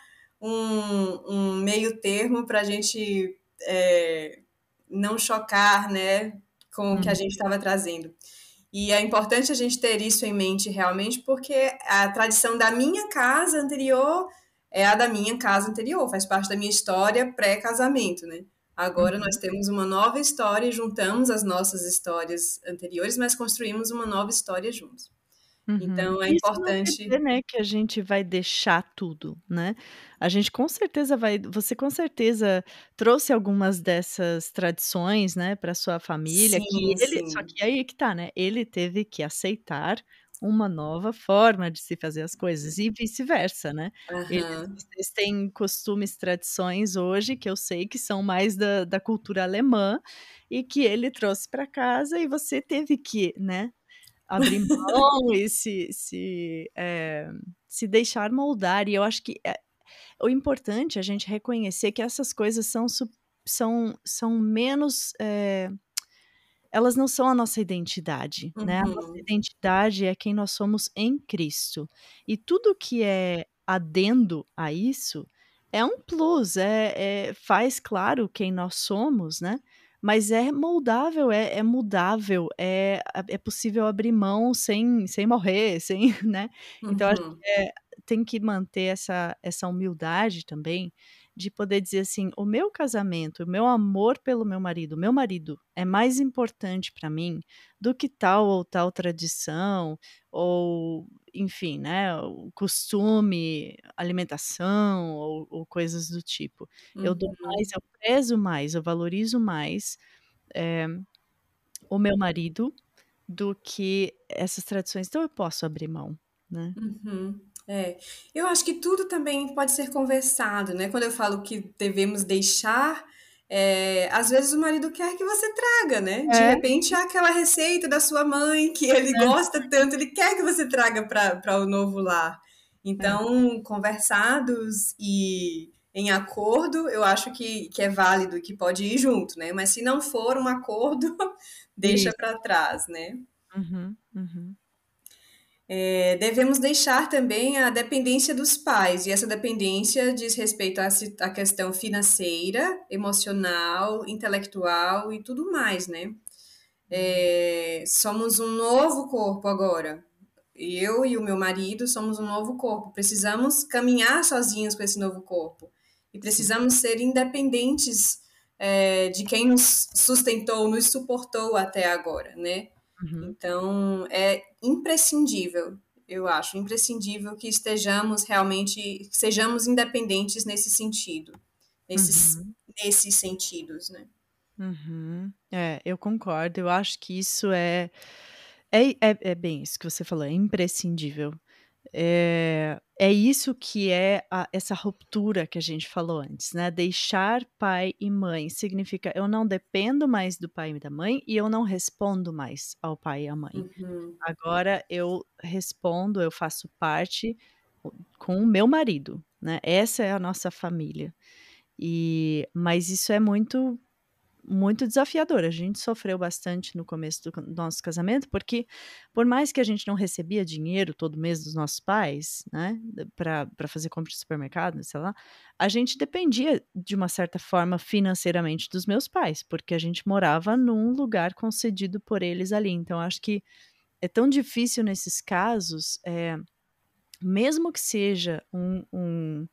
um, um meio termo para a gente é, não chocar, né, com o que a Uhum. gente estava trazendo. E é importante a gente ter isso em mente realmente, porque a tradição da minha casa anterior é a da minha casa anterior, faz parte da minha história pré-casamento, né? Agora nós Uhum. temos uma nova história e juntamos as nossas histórias anteriores, mas construímos uma nova história juntos. Uhum. Então é Isso não quer importante. dizer, né, que a gente vai deixar tudo, né. A gente com certeza vai você com certeza trouxe algumas dessas tradições, né, pra sua família, que Sim, ele só sim. que aí é que tá, né, ele teve que aceitar uma nova forma de se fazer as coisas e vice-versa, né. Eles Aham. vocês têm costumes, tradições hoje que eu sei que são mais da da cultura alemã, e que ele trouxe pra casa e você teve que, né, abrir mão e se se, eh, se deixar moldar. E eu acho que, eh, o importante é a gente reconhecer que essas coisas são su são são menos, eh, elas não são a nossa identidade, né, a nossa Uhum. identidade é quem nós somos em Cristo. E tudo que é adendo a isso, é um plus, é é faz claro quem nós somos, né, mas é moldável, é é mudável, é a é possível abrir mão sem sem morrer, sem né. Então acho Uhum. que, eh, tem que manter essa essa humildade também, de poder dizer assim: "O meu casamento, o meu amor pelo meu marido, o meu marido é mais importante pra mim do que tal ou tal tradição, ou enfim, né, o costume, alimentação ou ou coisas do tipo. Eu dou mais, Uhum. eu prezo mais, eu valorizo mais, eh, o meu marido do que essas tradições, então eu posso abrir mão", né. Uhum. É, eu acho que tudo também pode ser conversado, né? Quando eu falo que devemos deixar, é, às vezes o marido quer que você traga, né? De É, repente, é aquela receita da sua mãe que ele é, gosta tanto, ele quer que você traga para para o novo lar. é. Então, conversados e em acordo, eu acho que, que é válido e que pode ir junto, né? Mas se não for um acordo, deixa Isso. para trás, né? Uhum, uhum. É, devemos deixar também a dependência dos pais, e essa dependência diz respeito à, si- à questão financeira, emocional, intelectual e tudo mais, né? Uhum. É, somos um novo corpo agora. Eu e o meu marido somos um novo corpo. Precisamos caminhar sozinhos com esse novo corpo. E Sim. precisamos ser independentes, é, de quem nos sustentou, nos suportou até agora, né? Uhum, Então, é imprescindível, eu acho, imprescindível que estejamos realmente, que sejamos independentes nesse sentido, nesses, uhum, nesses sentidos, né? uhum. É, eu concordo, eu acho que isso é é é é bem isso que você falou, é imprescindível. É é isso que é a essa ruptura que a gente falou antes, né, deixar pai e mãe significa eu não dependo mais do pai e da mãe e eu não respondo mais ao pai e à mãe. Uhum. Agora eu respondo, eu faço parte co com o meu marido, né, essa é a nossa família. E mas isso é muito muito desafiador, a gente sofreu bastante no começo do ca do nosso casamento, porque por mais que a gente não recebia dinheiro todo mês dos nossos pais, né, pra pra fazer compra de supermercado, sei lá, a gente dependia de uma certa forma financeiramente dos meus pais, porque a gente morava num lugar concedido por eles ali, então acho que é tão difícil nesses casos, eh, mesmo que seja um um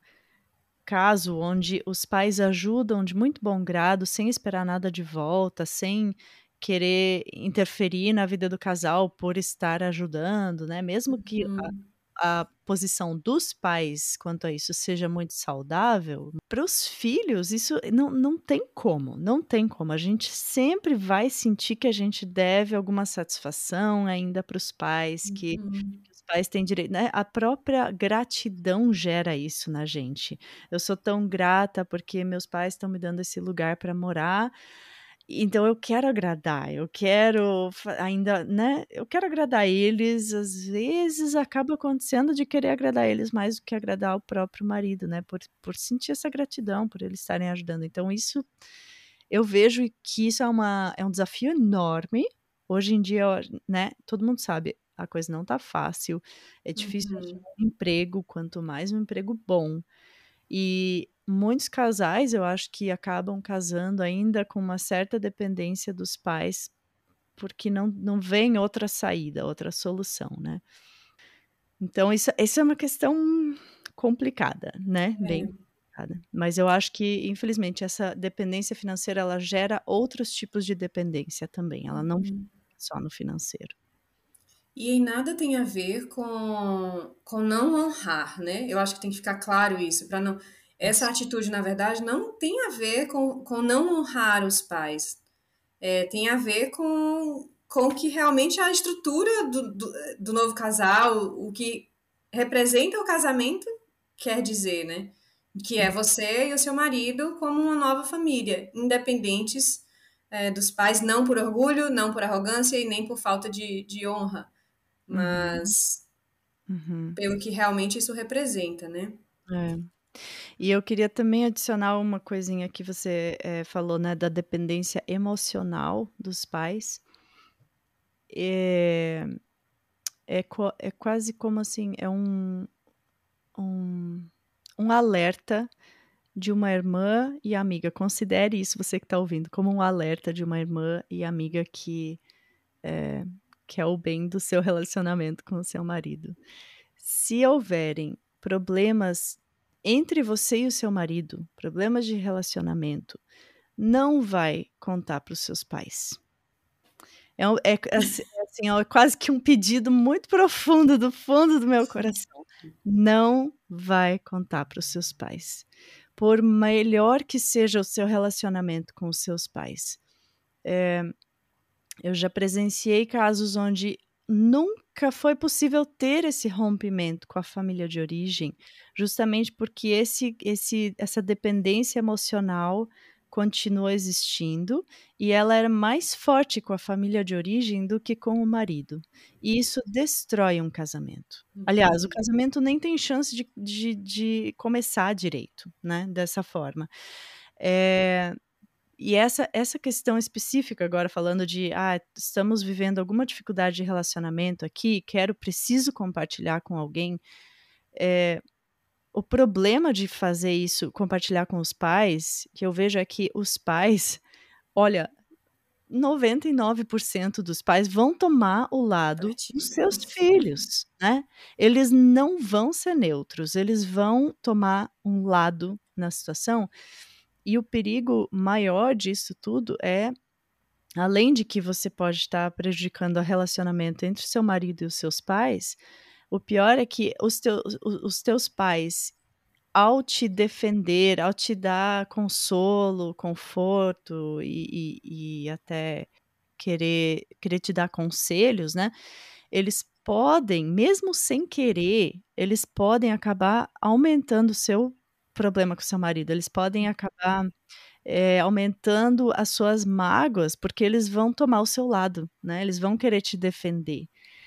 caso onde os pais ajudam de muito bom grado, sem esperar nada de volta, sem querer interferir na vida do casal por estar ajudando, né, mesmo que Uhum. a a posição dos pais quanto a isso seja muito saudável, para os filhos isso não não tem como, não tem como, a gente sempre vai sentir que a gente deve alguma satisfação ainda para os pais, que Uhum. que os pais têm direito, né, a própria gratidão gera isso na gente. Eu sou tão grata porque meus pais estão me dando esse lugar para morar, então eu quero agradar, eu quero fa ainda, né, eu quero agradar eles, às vezes acaba acontecendo de querer agradar eles mais do que agradar o próprio marido, né, por por sentir essa gratidão, por eles estarem ajudando. Então isso, eu vejo que isso é uma é um desafio enorme. Hoje em dia, né, todo mundo sabe, a coisa não tá fácil, é difícil achar Uhum. um emprego, quanto mais um emprego bom. E muitos casais eu acho que acabam casando ainda com uma certa dependência dos pais, porque não não vem outra saída, outra solução, né. Então isso isso é uma questão complicada, né, bem É. complicada. Mas eu acho que infelizmente essa dependência financeira ela gera outros tipos de dependência também, ela não fica Uhum. só no financeiro. E aí nada tem a ver com com não honrar, né, eu acho que tem que ficar claro isso, pra não essa Isso. atitude na verdade não tem a ver com com não honrar os pais, eh, tem a ver com com o que realmente é a estrutura do do do novo casal, o que representa o casamento quer dizer, né, que é Hum. você e o seu marido como uma nova família, independentes, eh, dos pais, não por orgulho, não por arrogância e nem por falta de de honra, Uhum. mas Uhum. pelo que realmente isso representa, né. É. E eu queria também adicionar uma coisinha que você, eh, falou, né, da dependência emocional dos pais. Eh, é qua é quase como assim, é um um um alerta de uma irmã e amiga, considere isso você que tá ouvindo, como um alerta de uma irmã e amiga que, eh, quer o bem do seu relacionamento com o seu marido. Se houverem problemas entre você e o seu marido, problemas de relacionamento, não vai contar para os seus pais. É um é assi é assim, ó, quase que um pedido muito profundo do fundo do meu coração, não vai contar para os seus pais, por melhor que seja o seu relacionamento com os seus pais. Eh, eu já presenciei casos onde nunca foi possível ter esse rompimento com a família de origem, justamente porque esse esse essa dependência emocional continua existindo, e ela era mais forte com a família de origem do que com o marido. E isso destrói um casamento. Aliás, o Uhum. casamento nem tem chance de de de começar direito, né, dessa forma. Eh, e essa essa questão específica agora falando de: "Ah, estamos vivendo alguma dificuldade de relacionamento aqui, quero preciso compartilhar com alguém", eh, o problema de fazer isso, compartilhar com os pais, que eu vejo é que os pais, olha, noventa e nove por cento dos pais vão tomar o lado dos Partido. seus filhos, né. Eles não vão ser neutros, eles vão tomar um lado na situação, e o perigo maior disso tudo é, além de que você pode estar prejudicando o relacionamento entre o seu marido e os seus pais, o pior é que os teus o os teus pais, ao te defender, ao te dar consolo, conforto e e e até querer querer te dar conselhos, né, eles podem, mesmo sem querer, eles podem acabar aumentando o seu problema com o seu marido, eles podem acabar, eh, aumentando as suas mágoas, porque eles vão tomar o seu lado, né, eles vão querer te defender.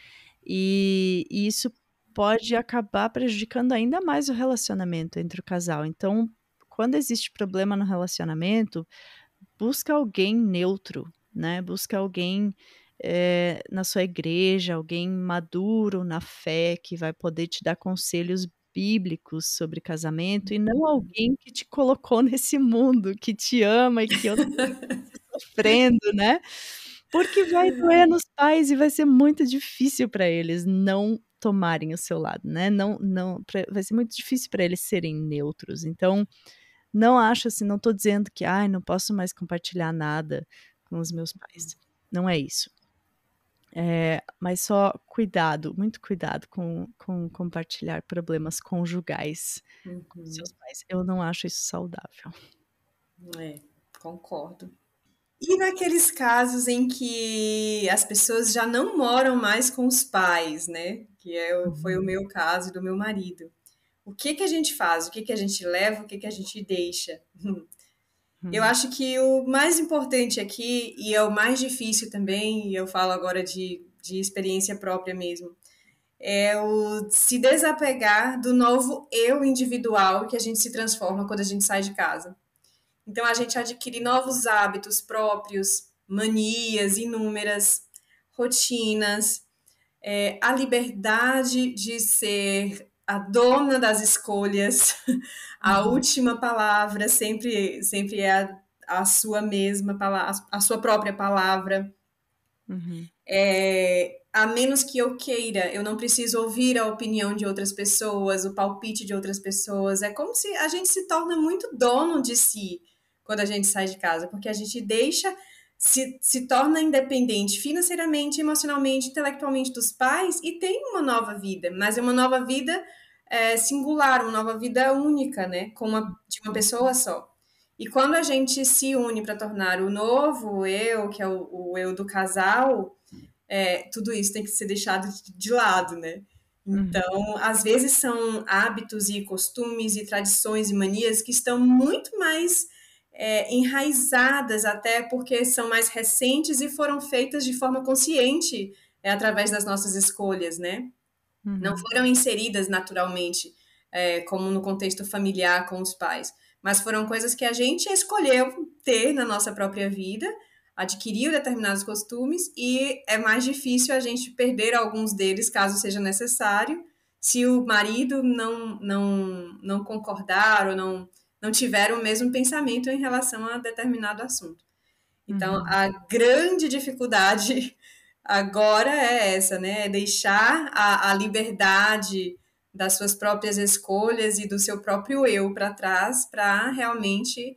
E e isso pode acabar prejudicando ainda mais o relacionamento entre o casal. Então, quando existe problema no relacionamento, busca alguém neutro, né, busca alguém, eh, na sua igreja, alguém maduro na fé, que vai poder te dar conselhos bíblicos sobre casamento e não alguém que te colocou nesse mundo, que te ama e que odeia você sofrendo, né. Porque vai doer nos pais e vai ser muito difícil para eles não tomarem o seu lado, né, não não pra vai ser muito difícil para eles serem neutros. Então, não acho assim, não tô dizendo que: "Ai, não posso mais compartilhar nada com os meus pais", não é isso. Eh, mas só cuidado, muito cuidado com com compartilhar problemas conjugais com seus Uhum. pais. Eu não acho isso saudável. É, concordo. E naqueles casos em que as pessoas já não moram mais com os pais, né, que é o foi o Uhum, meu caso e do meu marido. O que que a gente faz? O que que a gente leva? O que que a gente deixa? Eu uhum, acho que o mais importante aqui, e é o mais difícil também, e eu falo agora de, de experiência própria mesmo, é o se desapegar do novo eu individual que a gente se transforma quando a gente sai de casa. Então a gente adquire novos hábitos próprios, manias inúmeras, rotinas, é, a liberdade de ser a dona das escolhas, a uhum, última palavra sempre, sempre é a, a sua mesma palavra, a sua própria palavra. uhum, É, a menos que eu queira, eu não preciso ouvir a opinião de outras pessoas, o palpite de outras pessoas. É como se a gente se torna muito dono de si quando a gente sai de casa, porque a gente deixa, se, se torna independente financeiramente, emocionalmente, intelectualmente dos pais e tem uma nova vida, mas é uma nova vida é, singular, uma nova vida única, né? Com uma, de uma pessoa só. E quando a gente se une para tornar o novo eu, que é o, o eu do casal, é, tudo isso tem que ser deixado de lado, né? uhum, Então, às vezes são hábitos e costumes e tradições e manias que estão muito mais é, enraizadas, até porque são mais recentes e foram feitas de forma consciente é, através das nossas escolhas, né? Não uhum, foram inseridas naturalmente, é, como no contexto familiar com os pais, mas foram coisas que a gente escolheu ter na nossa própria vida, adquiriu determinados costumes e é mais difícil a gente perder alguns deles caso seja necessário, se o marido não, não, não concordar ou não, não tiver o mesmo pensamento em relação a determinado assunto. Então, uhum, a grande dificuldade agora é essa, né? É deixar a, a liberdade das suas próprias escolhas e do seu próprio eu para trás para realmente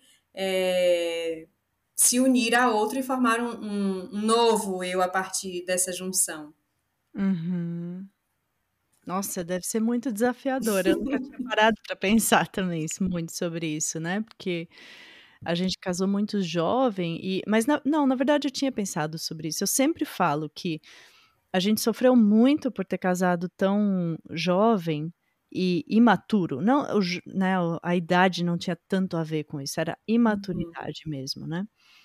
é, se unir a outro e formar um, um, um novo eu a partir dessa junção. uhum. Nossa, deve ser muito desafiador. Eu nunca tinha parado para pensar também isso muito sobre isso, né, porque a gente casou muito jovem e mas na não, na verdade eu tinha pensado sobre isso. Eu sempre falo que a gente sofreu muito por ter casado tão jovem e imaturo. Não o j né, o a idade não tinha tanto a ver com isso, era Uhum, imaturidade mesmo, né.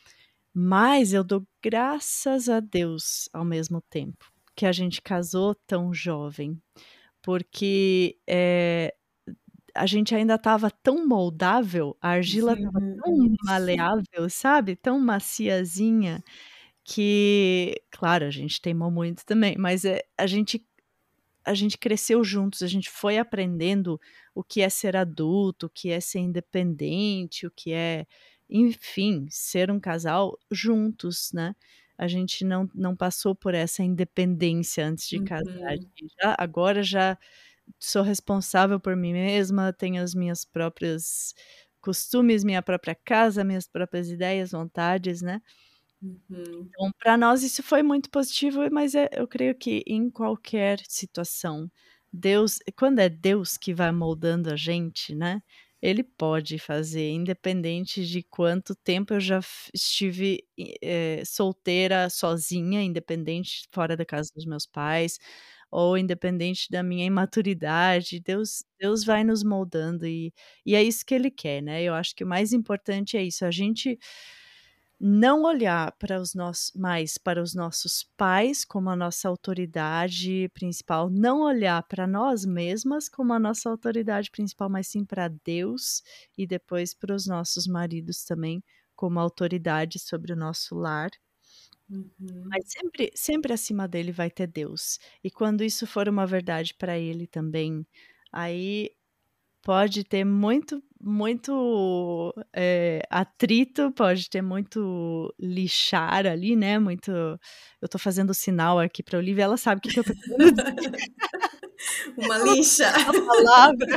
Mas eu dou graças a Deus ao mesmo tempo, que a gente casou tão jovem. Porque, eh, a gente ainda estava tão moldável, a argila estava tão maleável, sabe, tão maciazinha, que claro, a gente teimou muito também, mas, eh, a gente a gente cresceu juntos, a gente foi aprendendo o que é ser adulto, o que é ser independente, o que é, enfim, ser um casal juntos, né. A gente não não passou por essa independência antes de casar, uhum, de já agora já sou responsável por mim mesma, tenho as minhas próprias costumes, minha própria casa, minhas próprias ideias, vontades, né. uhum, Então pra nós isso foi muito positivo, mas, eh, eu creio que em qualquer situação, Deus quando é Deus que vai moldando a gente, né, Ele pode fazer, independente de quanto tempo eu já f estive, eh, solteira, sozinha, independente, fora da casa dos meus pais, ou independente da minha imaturidade, Deus Deus vai nos moldando e e é isso que Ele quer, né. Eu acho que o mais importante é isso, a gente não olhar para os nossos mais para os nossos pais como a nossa autoridade principal, não olhar para nós mesmas como a nossa autoridade principal, mas sim para Deus e depois para os nossos maridos também como autoridade sobre o nosso lar. Uhum. Mas sempre sempre acima dele vai ter Deus. E quando isso for uma verdade para ele também, aí pode ter muito muito, eh, atrito, pode ter muito lixar ali, né, muito eu tô fazendo sinal aqui pra Olivia, ela sabe o que que eu tô querendo dizer. Uma Ela lixa. a palavra.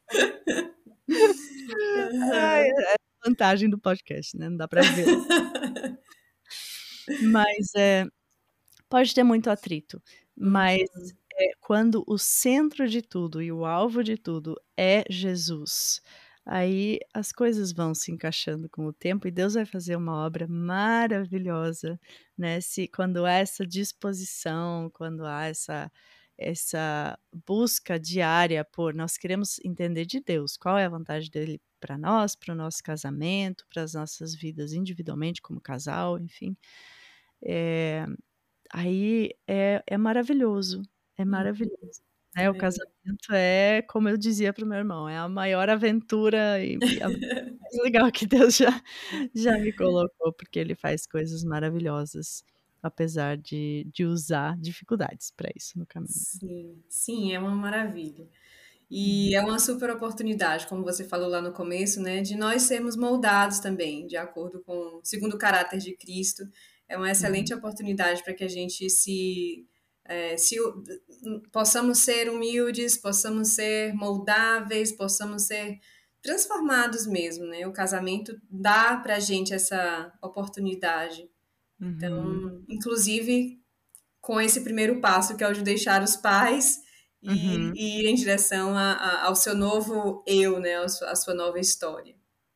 Ai, Aham. é a vantagem do podcast, né, não dá pra ver. Mas, eh, pode ter muito atrito, mas, Uhum. eh, quando o centro de tudo e o alvo de tudo é Jesus, aí as coisas vão se encaixando com o tempo e Deus vai fazer uma obra maravilhosa, né, se quando há essa disposição, quando há essa essa busca diária por nós queremos entender de Deus, qual é a vontade dele pra nós, para o nosso casamento, para as nossas vidas individualmente como casal, enfim. Eh, aí é é maravilhoso, é Uhum. maravilhoso, né, o É. casamento é, como eu dizia para o meu irmão, é a maior aventura e e a mais legal que Deus já já me colocou, porque ele faz coisas maravilhosas, apesar de de usar dificuldades pra isso no caminho. Sim, sim, é uma maravilha. Uhum. E é uma super oportunidade, como você falou lá no começo, né, de nós sermos moldados também, de acordo com segundo o caráter de Cristo. É uma Uhum. excelente oportunidade para que a gente se, eh, se o possamos ser humildes, possamos ser moldáveis, possamos ser transformados mesmo, né. O casamento dá pra gente essa oportunidade. Uhum. Então, inclusive com esse primeiro passo, que é o de deixar os pais e Uhum. e ir em direção a a ao seu novo eu, né, ao sua à sua nova história.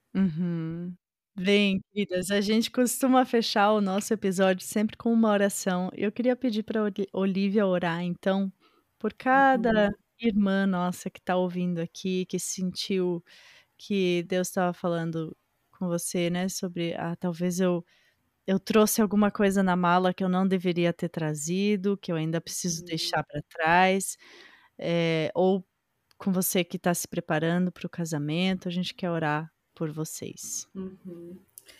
Uhum. Bem, queridas, a gente costuma fechar o nosso episódio sempre com uma oração. Eu queria pedir pra Oli Olivia orar, então, por cada Uhum. irmã nossa que tá ouvindo aqui, que sentiu que Deus estava falando com você, né, sobre: "Ah, talvez eu eu trouxe alguma coisa na mala que eu não deveria ter trazido, que eu ainda preciso Uhum. deixar pra trás", eh, ou com você que tá se preparando para o casamento, a gente quer orar por vocês. Uhum.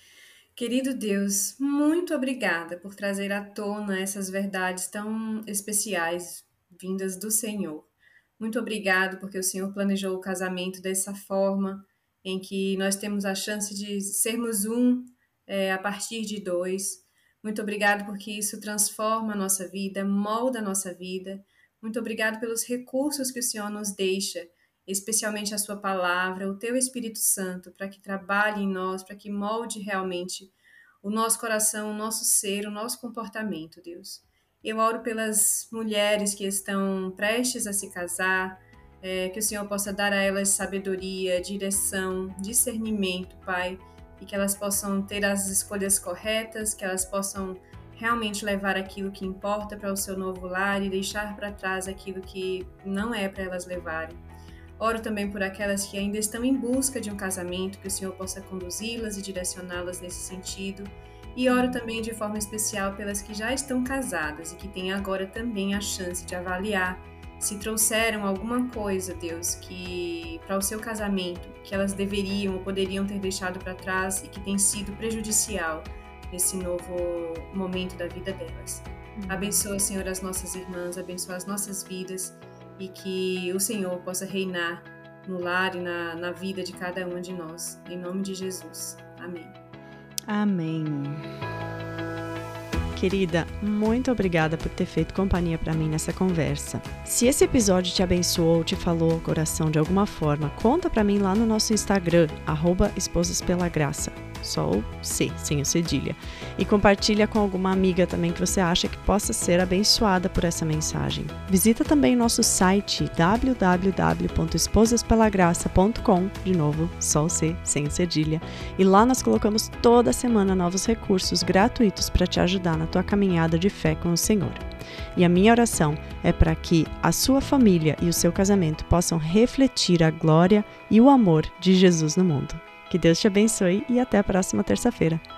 Querido Deus, muito obrigada por trazer à tona essas verdades tão especiais, vindas do Senhor. Muito obrigado, porque o Senhor planejou o casamento dessa forma, em que nós temos a chance de sermos um, eh, a partir de dois. Muito obrigado, porque isso transforma a nossa vida, molda a nossa vida. Muito obrigado pelos recursos que o Senhor nos deixa, especialmente a sua palavra, o teu Espírito Santo, para que trabalhe em nós, para que molde realmente o nosso coração, o nosso ser, o nosso comportamento, Deus. Eu oro pelas mulheres que estão prestes a se casar, é, que o Senhor possa dar a elas sabedoria, direção, discernimento, Pai, e que elas possam ter as escolhas corretas, que elas possam realmente levar aquilo que importa para o seu novo lar e deixar para trás aquilo que não é para elas levarem. Oro também por aquelas que ainda estão em busca de um casamento, que o Senhor possa conduzi-las e direcioná-las nesse sentido. E oro também de forma especial pelas que já estão casadas e que têm agora também a chance de avaliar se trouxeram alguma coisa, Deus, que para o seu casamento, que elas deveriam ou poderiam ter deixado para trás e que tem sido prejudicial nesse novo momento da vida delas. Uhum. Abençoa, Senhor, as nossas irmãs, abençoa as nossas vidas e que o Senhor possa reinar no lar e na, na vida de cada uma de nós. Em nome de Jesus. Amém. Amém. Querida, muito obrigada por ter feito companhia para mim nessa conversa. Se esse episódio te abençoou ou te falou ao coração de alguma forma, conta para mim lá no nosso Instagram, arroba Esposas pela Graça. só o C, sem o cedilha. E compartilha com alguma amiga também que você acha que possa ser abençoada por essa mensagem. Visita também nosso site w w w ponto esposas pela graça ponto com, de novo, só o C, sem o cedilha. E lá nós colocamos toda semana novos recursos gratuitos para te ajudar na tua caminhada de fé com o Senhor. E a minha oração é para que a sua família e o seu casamento possam refletir a glória e o amor de Jesus no mundo. Que Deus te abençoe e até a próxima terça-feira.